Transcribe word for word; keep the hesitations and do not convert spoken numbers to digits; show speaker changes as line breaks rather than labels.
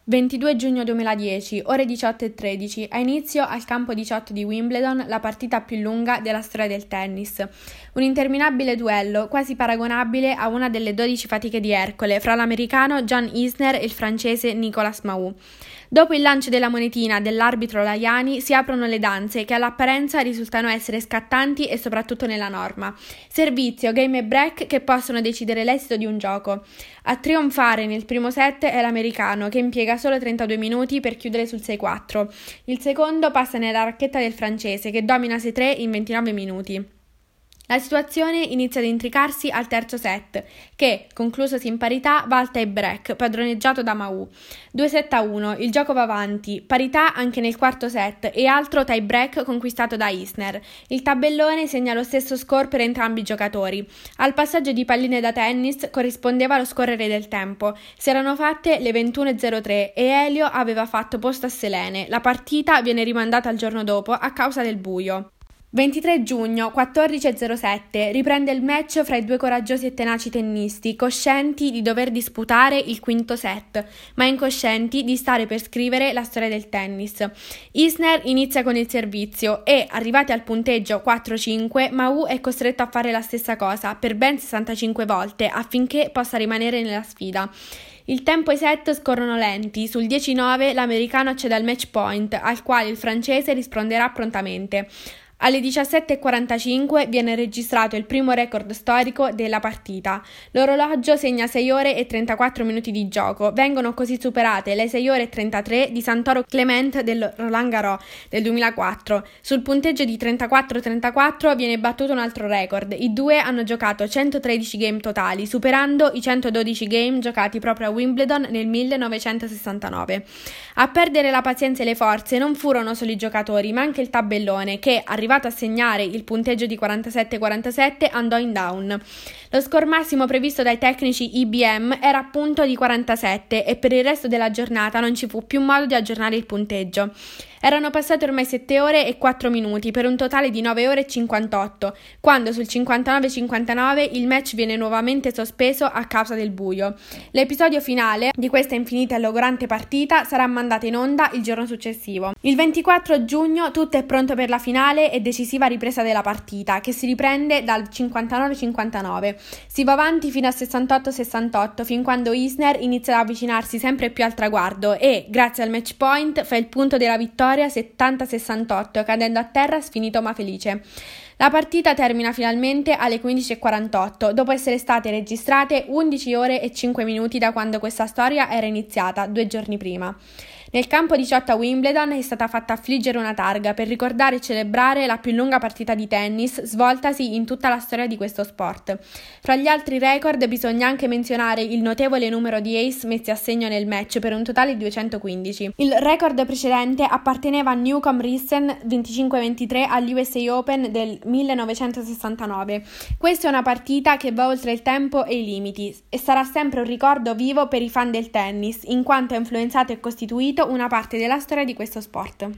ventidue giugno duemiladieci, ore diciotto e tredici, ha inizio al campo diciotto di Wimbledon la partita più lunga della storia del tennis. Un interminabile duello, quasi paragonabile a una delle dodici fatiche di Ercole, fra l'americano John Isner e il francese Nicolas Mahut. Dopo il lancio della monetina dell'arbitro Laiani si aprono le danze che all'apparenza risultano essere scattanti e soprattutto nella norma. Servizio, game e break che possono decidere l'esito di un gioco. A trionfare nel primo set è l'americano che impiega solo trentadue minuti per chiudere sul sei quattro. Il secondo passa nella racchetta del francese che domina sei tre in ventinove minuti. La situazione inizia ad intricarsi al terzo set, che, conclusosi in parità, va al tie break, padroneggiato da Mahut. due sette a uno, il gioco va avanti, parità anche nel quarto set e altro tie break conquistato da Isner. Il tabellone segna lo stesso score per entrambi i giocatori. Al passaggio di palline da tennis corrispondeva lo scorrere del tempo. Si erano fatte le ventuno e zero tre e Elio aveva fatto posto a Selene. La partita viene rimandata al giorno dopo a causa del buio. ventitré giugno, quattordici e zero sette, riprende il match fra i due coraggiosi e tenaci tennisti, coscienti di dover disputare il quinto set, ma incoscienti di stare per scrivere la storia del tennis. Isner inizia con il servizio e, arrivati al punteggio quattro cinque, Mahut è costretto a fare la stessa cosa per ben sessantacinque volte affinché possa rimanere nella sfida. Il tempo e i set scorrono lenti, sul dieci nove l'americano accede al match point, al quale il francese risponderà prontamente. Alle diciassette e quarantacinque viene registrato il primo record storico della partita. L'orologio segna sei ore e trentaquattro minuti di gioco. Vengono così superate le sei ore e trentatré di Santoro Clement del Roland Garros del duemilaquattro. Sul punteggio di trentaquattro trentaquattro viene battuto un altro record. I due hanno giocato centotredici game totali, superando i centododici game giocati proprio a Wimbledon nel millenovecentosessantanove. A perdere la pazienza e le forze non furono solo i giocatori, ma anche il tabellone che, arrivato a segnare il punteggio di quarantasette quarantasette, andò in down. Lo score massimo previsto dai tecnici I B M era appunto di quarantasette e per il resto della giornata non ci fu più modo di aggiornare il punteggio. Erano passate ormai sette ore e quattro minuti per un totale di nove ore e cinquantotto, quando sul cinquantanove cinquantanove il match viene nuovamente sospeso a causa del buio. L'episodio finale di questa infinita e logorante partita sarà mandato in onda il giorno successivo. Il ventiquattro giugno tutto è pronto per la finale e decisiva ripresa della partita, che si riprende dal cinquantanove cinquantanove. Si va avanti fino a sessantotto sessantotto, fin quando Isner inizia ad avvicinarsi sempre più al traguardo e, grazie al match point, fa il punto della vittoria settanta sessantotto, cadendo a terra sfinito ma felice. La partita termina finalmente alle quindici e quarantotto, dopo essere state registrate undici ore e cinque minuti da quando questa storia era iniziata, due giorni prima. Nel campo diciotto a Wimbledon è stata fatta affliggere una targa per ricordare e celebrare la più lunga partita di tennis svoltasi in tutta la storia di questo sport. Fra gli altri record bisogna anche menzionare il notevole numero di ace messi a segno nel match per un totale di duecentoquindici. Il record precedente apparteneva a Newcomb Rissen venticinque ventitré agli U S A Open del millenovecentosessantanove. Questa è una partita che va oltre il tempo e i limiti e sarà sempre un ricordo vivo per i fan del tennis, in quanto ha influenzato e costituito una parte della storia di questo sport.